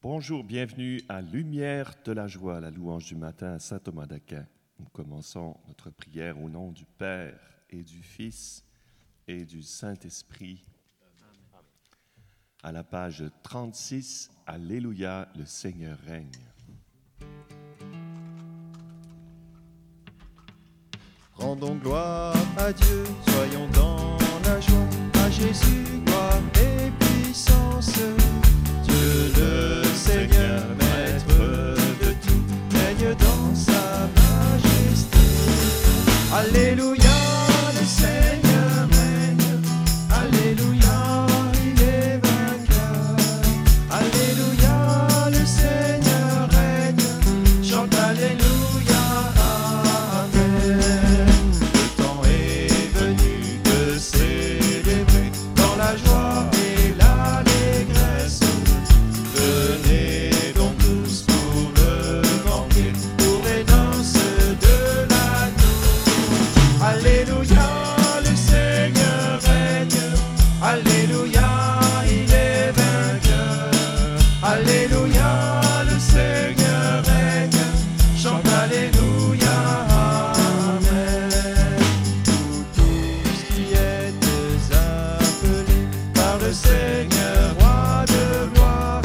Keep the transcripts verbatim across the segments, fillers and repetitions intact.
Bonjour, bienvenue à Lumière de la joie, la louange du matin à saint Thomas d'Aquin. Nous commençons notre prière au nom du Père et du Fils et du Saint-Esprit. À la page trente-six, Alléluia, le Seigneur règne. Rendons gloire à Dieu, soyons dans la joie, à Jésus, gloire et puissance. Dieu le Seigneur, maître de tout, règne dans sa majesté. Alléluia, le Seigneur règne. Alléluia, il est vainqueur. Alléluia, le Seigneur règne. Chante Alléluia, Amen. Le temps est venu de célébrer dans la joie et l'allégresse. Venez donc tous pour le banquet, pour les danses de l'agneau. Alléluia, le Seigneur règne. Alléluia, il est vainqueur. Alléluia, le Seigneur règne. Chante Alléluia, Amen. Vous tous qui êtes appelés par le Seigneur, roi de gloire,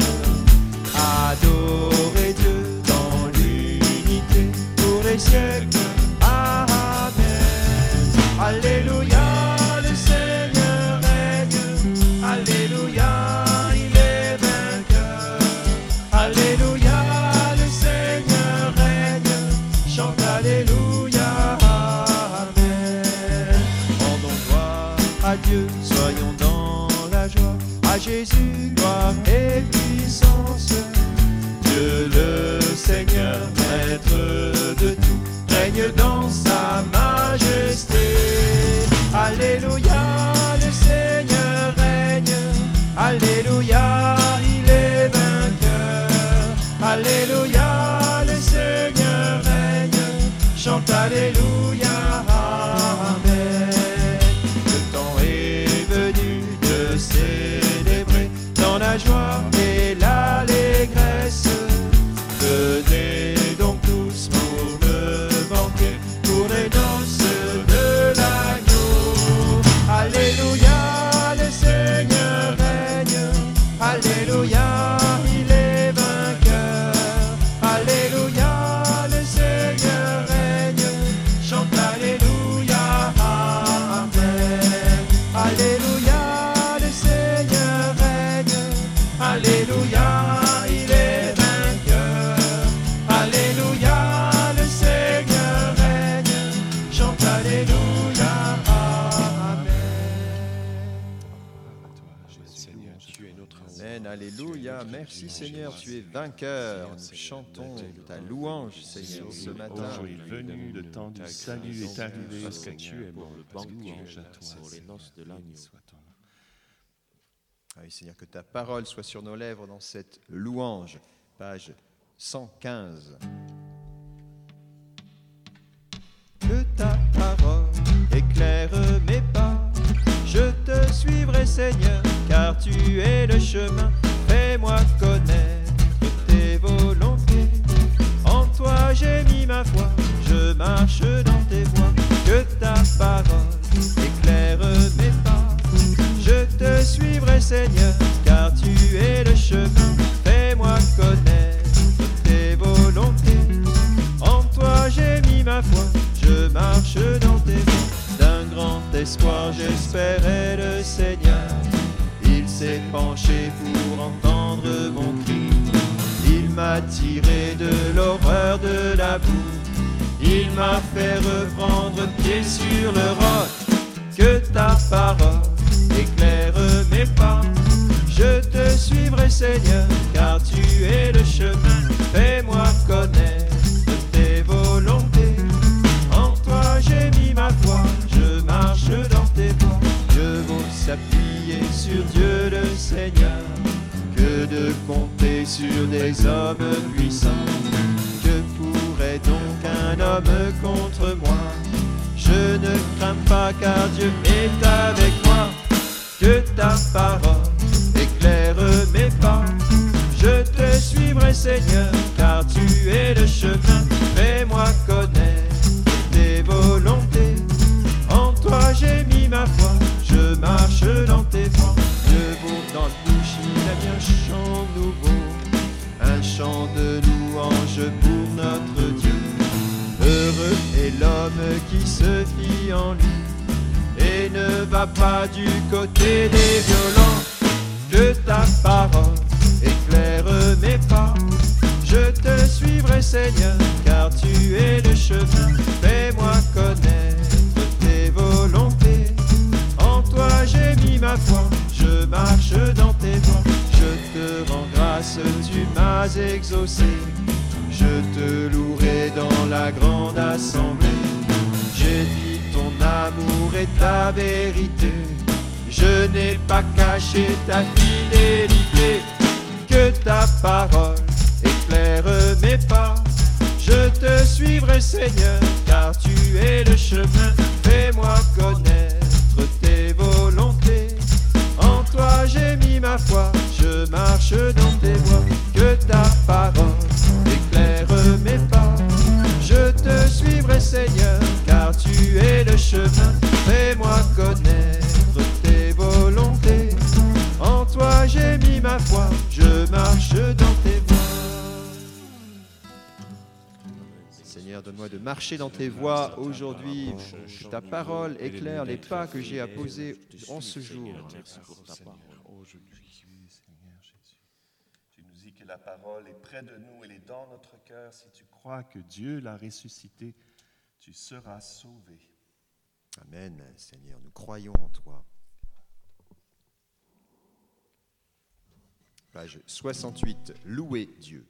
adorez Dieu dans l'unité pour les siècles. Amen. Alléluia, le Seigneur règne. Alléluia, il est vainqueur. Alléluia, le Seigneur règne. Chante Alléluia, Amen. Rendons gloire à Dieu, soyons dans la joie, à Jésus, gloire et puissance. Dieu le Seigneur, maître de tout, règne dans sa majesté. Alléluia, le Seigneur règne. Alléluia, il est vainqueur. Alléluia, le Seigneur règne. Chante Alléluia, Amen. Le temps est venu de célébrer dans la joie et l'allégresse. Venez donc tous pour le banquet, pour les danses de l'agneau. Alléluia, le Seigneur règne. Alléluia, il est vainqueur. Alléluia, le Seigneur règne. Chante Alléluia, Amen. Alléluia, le Seigneur règne. Alléluia, il est vainqueur. Alléluia, le Seigneur règne. Chante Alléluia, Amen. Seigneur, tu es notre Amen, Alléluia. Merci Seigneur, tu es vainqueur. Nous chantons ta louange Seigneur ce matin. Bonjour est venu, le temps du salut est arrivé, parce que tu Seigneur, es bon, le parce que banquet, louange à toi, pour les noces de l'agneau. soit ton nom. Ah oui Seigneur, que ta parole soit sur nos lèvres dans cette louange. Page cent quinze. Que ta parole éclaire mes pas. Je te suivrai Seigneur, car tu es le chemin. Fais-moi connaître tes volontés. En toi j'ai mis ma foi, je marche dans tes voies. Que ta parole éclaire mes pas. Je te suivrai Seigneur, car tu es le chemin. Fais-moi connaître tes volontés. En toi j'ai mis ma foi, je marche dans tes voies. D'un grand espoir j'espérais le Seigneur. Il s'est penché pour entendre mon cri. Il m'a tiré de l'horreur de la boue. Il m'a fait reprendre pied sur le roc. Que ta parole éclaire mes pas. Je te suivrai Seigneur, car tu es le chemin. Fais-moi connaître tes volontés. En toi j'ai mis ma foi, je marche dans tes voies. Je veux s'appuyer sur Dieu le Seigneur, que de compter sur des hommes puissants. Que pourrait donc un homme contre moi? Je ne crains pas car Dieu est avec moi. Que ta parole éclaire mes pas. Je te suis Seigneur, car tu es le chemin. Fais-moi connaître tes volontés. En toi j'ai mis ma foi, je marche dans tes voies. Debout dans le bouche, il a bien un chant nouveau, un chant de louange pour notre Dieu. Heureux est l'homme qui se fie en lui et ne va pas du côté des violents. Que ta parole éclaire mes pas, je te suivrai Seigneur, car tu es le chemin. Fais-moi connaître tes volontés. En toi j'ai mis ma foi, je marche dans tes voies. Je te rends grâce, tu m'as exaucé. Je te louerai dans la grande assemblée. J'ai dit ton amour et ta vérité. Je n'ai pas caché ta fidélité. Que ta parole éclaire mes pas. Je te suivrai Seigneur, car tu es le chemin. Fais-moi connaître tes volontés. En toi j'ai mis ma foi, je marche dans tes voies. Que ta parole éclaire mes pas. Je te suivrai Seigneur, car tu es le chemin. Fais-moi connaître tes volontés. En toi j'ai mis ma foi, je marche dans tes voies. Seigneur, donne-moi de marcher dans tes voies aujourd'hui. Que ta parole éclaire les pas que j'ai à poser en ce jour. Tu nous dis que la parole est près de nous, elle est dans notre cœur. Si tu crois que Dieu l'a ressuscité, tu seras sauvé. Amen, Seigneur, nous croyons en toi. Page soixante-huit, louez Dieu.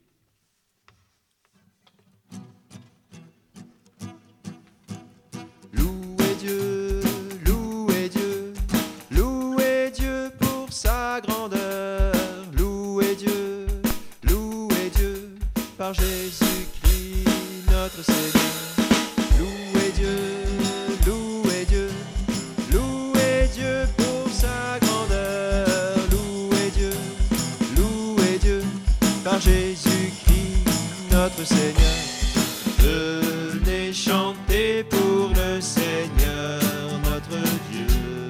Louez Dieu, louez Dieu, louez Dieu pour sa grandeur. Louez Dieu, louez Dieu, par Jésus-Christ notre Seigneur. Louez Dieu, louez Dieu, louez Dieu pour sa grandeur. Louez Dieu, louez Dieu, par Jésus-Christ notre Seigneur. Venez chanter pour le Seigneur notre Dieu.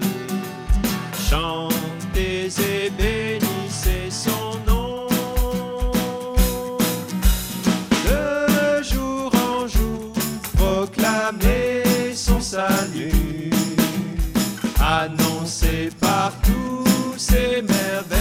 Chantez et bénissez son nom. De jour en jour, proclamez son salut. Annoncez partout ses merveilles.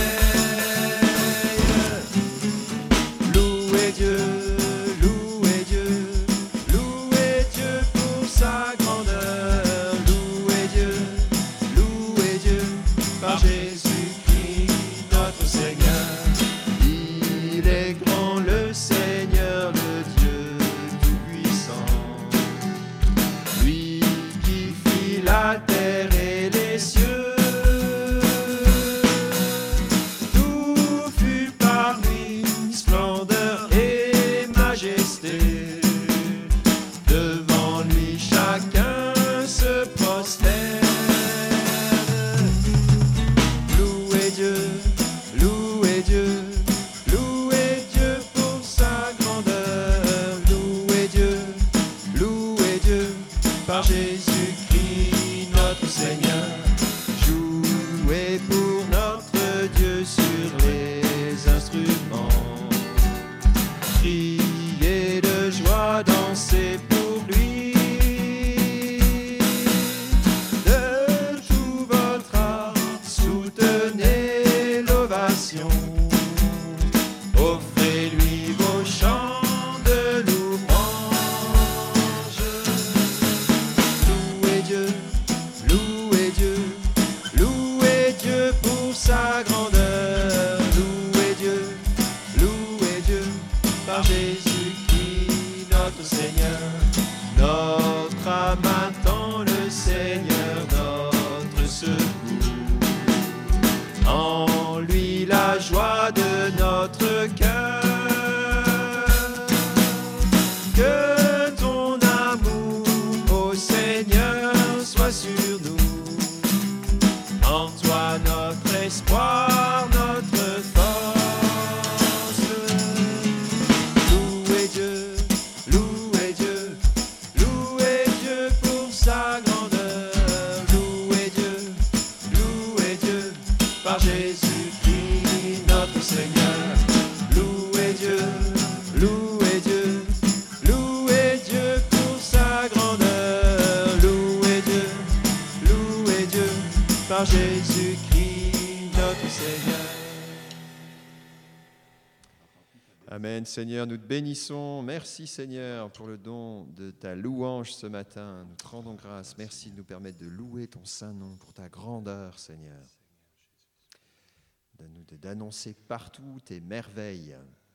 Louez Dieu, louez Dieu, louez Dieu pour sa grandeur. Louez Dieu, louez Dieu, par Jésus-Christ notre Seigneur. Il est grand le Seigneur, le Dieu tout-puissant. Lui qui fit la terre et les cieux. Tout fut par lui, splendeur et majesté. Devant lui chacun se prosterne. Louez Dieu, louez Dieu, louez Dieu pour sa grandeur. Louez Dieu, louez Dieu, par Jésus-Christ notre Seigneur. Jouez pour notre Dieu sur les instruments. Criez de joie, dansez pour lui. De tout votre art, soutenez l'ovation. Offrez-lui vos chants de louange. Louez Dieu, louez Dieu, louez Dieu pour sa grandeur. Louez Dieu, louez Dieu, par Jésus-Christ notre Seigneur. Notre âme attend le Seigneur, notre secours. En lui la joie de notre cœur. Que ton amour, ô Seigneur, soit sur nous. En toi notre espoir, notre force. Jésus-Christ, notre Seigneur. Amen, Seigneur, nous te bénissons. Merci, Seigneur, pour le don de ta louange ce matin. Nous te rendons grâce. Merci de nous permettre de louer ton saint nom pour ta grandeur, Seigneur. Donne-nous de- d'annoncer partout tes merveilles.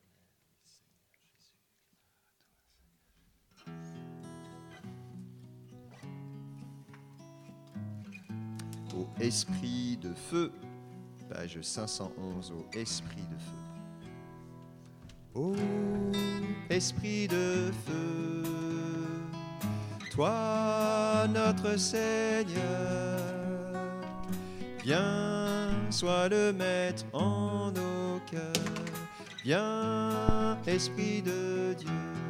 Ô esprit de feu, page cinq cent onze, ô esprit de feu. Ô esprit de feu, toi notre Seigneur, viens, sois le maître en nos cœurs, viens, esprit de Dieu.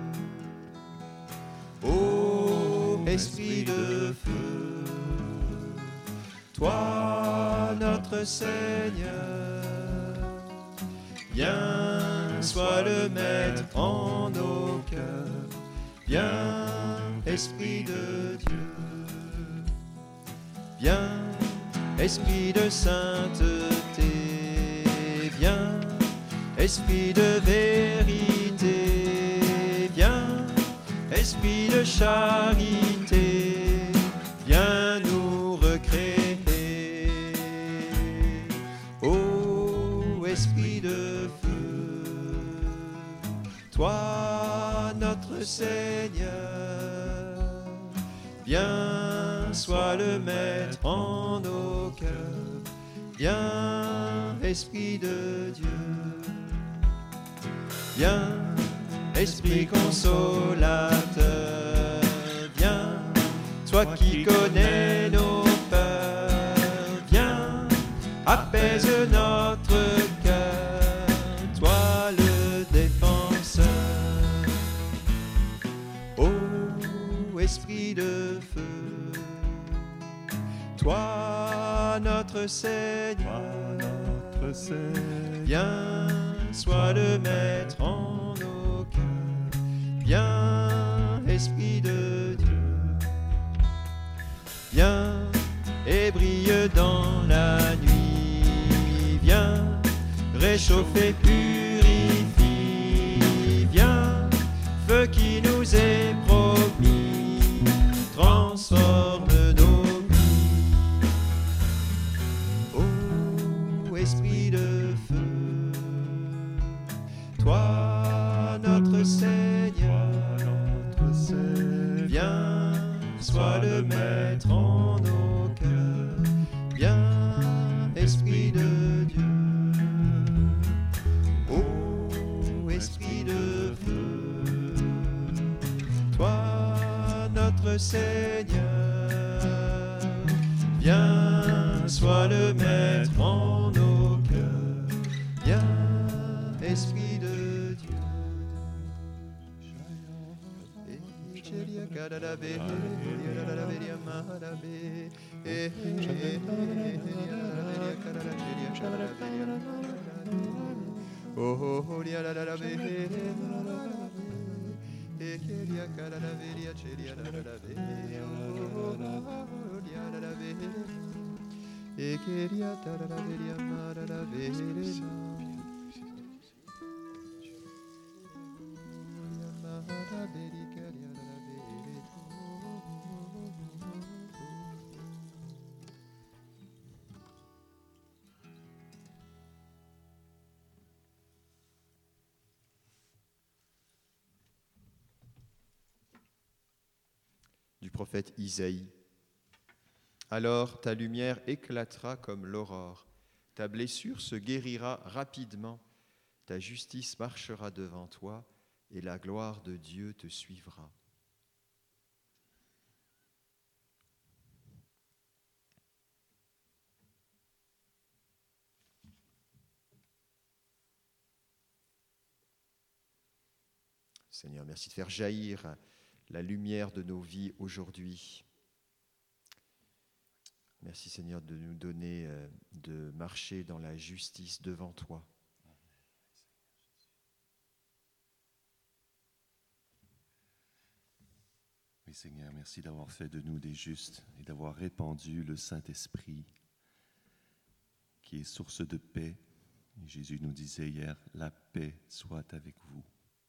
Ô esprit de feu, toi notre Seigneur, viens, sois le maître en nos cœurs, viens, esprit de Dieu. Viens, esprit de sainteté, viens, esprit de vérité, viens, esprit de charité, viens nous recréer. Ô esprit de feu, toi notre Seigneur, viens, sois le maître en nos cœurs, viens, esprit de Dieu. Viens, esprit consolateur, viens, toi qui connais nos peurs, viens, apaise notre cœur, toi le défenseur. Ô esprit de feu, toi notre Seigneur, Notre Seigneur, viens, sois le maître en nos cœurs, viens, esprit de Dieu. Viens et brille dans la nuit, viens, réchauffe et purifie, viens, feu qui nous est promis, transforme nos vies. Ô esprit de feu, toi notre Seigneur, notre Seigneur, viens, sois le maître en nos cœurs, viens, esprit de Dieu. Ô esprit de feu, toi notre Seigneur, viens, sois le maître en nos cœurs, viens, esprit de Dieu. Du prophète Isaïe. Alors ta lumière éclatera comme l'aurore, ta blessure se guérira rapidement, ta justice marchera devant toi et la gloire de Dieu te suivra. Seigneur, merci de faire jaillir la lumière de nos vies aujourd'hui. Merci Seigneur de nous donner, euh, de marcher dans la justice devant toi. Oui Seigneur, merci d'avoir fait de nous des justes et d'avoir répandu le Saint-Esprit qui est source de paix. Et Jésus nous disait hier, la paix soit avec vous.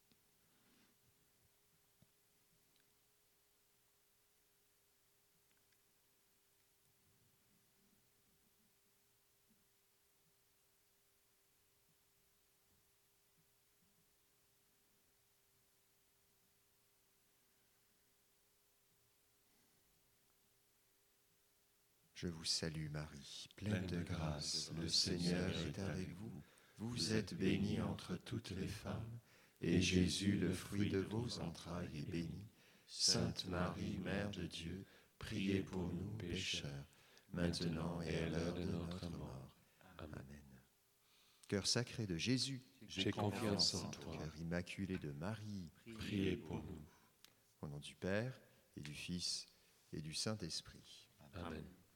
Je vous salue Marie, pleine de grâce, le Seigneur est avec vous. Vous êtes bénie entre toutes les femmes, et Jésus, le fruit de vos entrailles, est béni. Sainte Marie, Mère de Dieu, priez pour nous pécheurs, maintenant et à l'heure de notre mort. Amen. Cœur sacré de Jésus, j'ai confiance en toi. Cœur immaculé de Marie, priez pour nous. Au nom du Père, et du Fils, et du Saint-Esprit. Amen.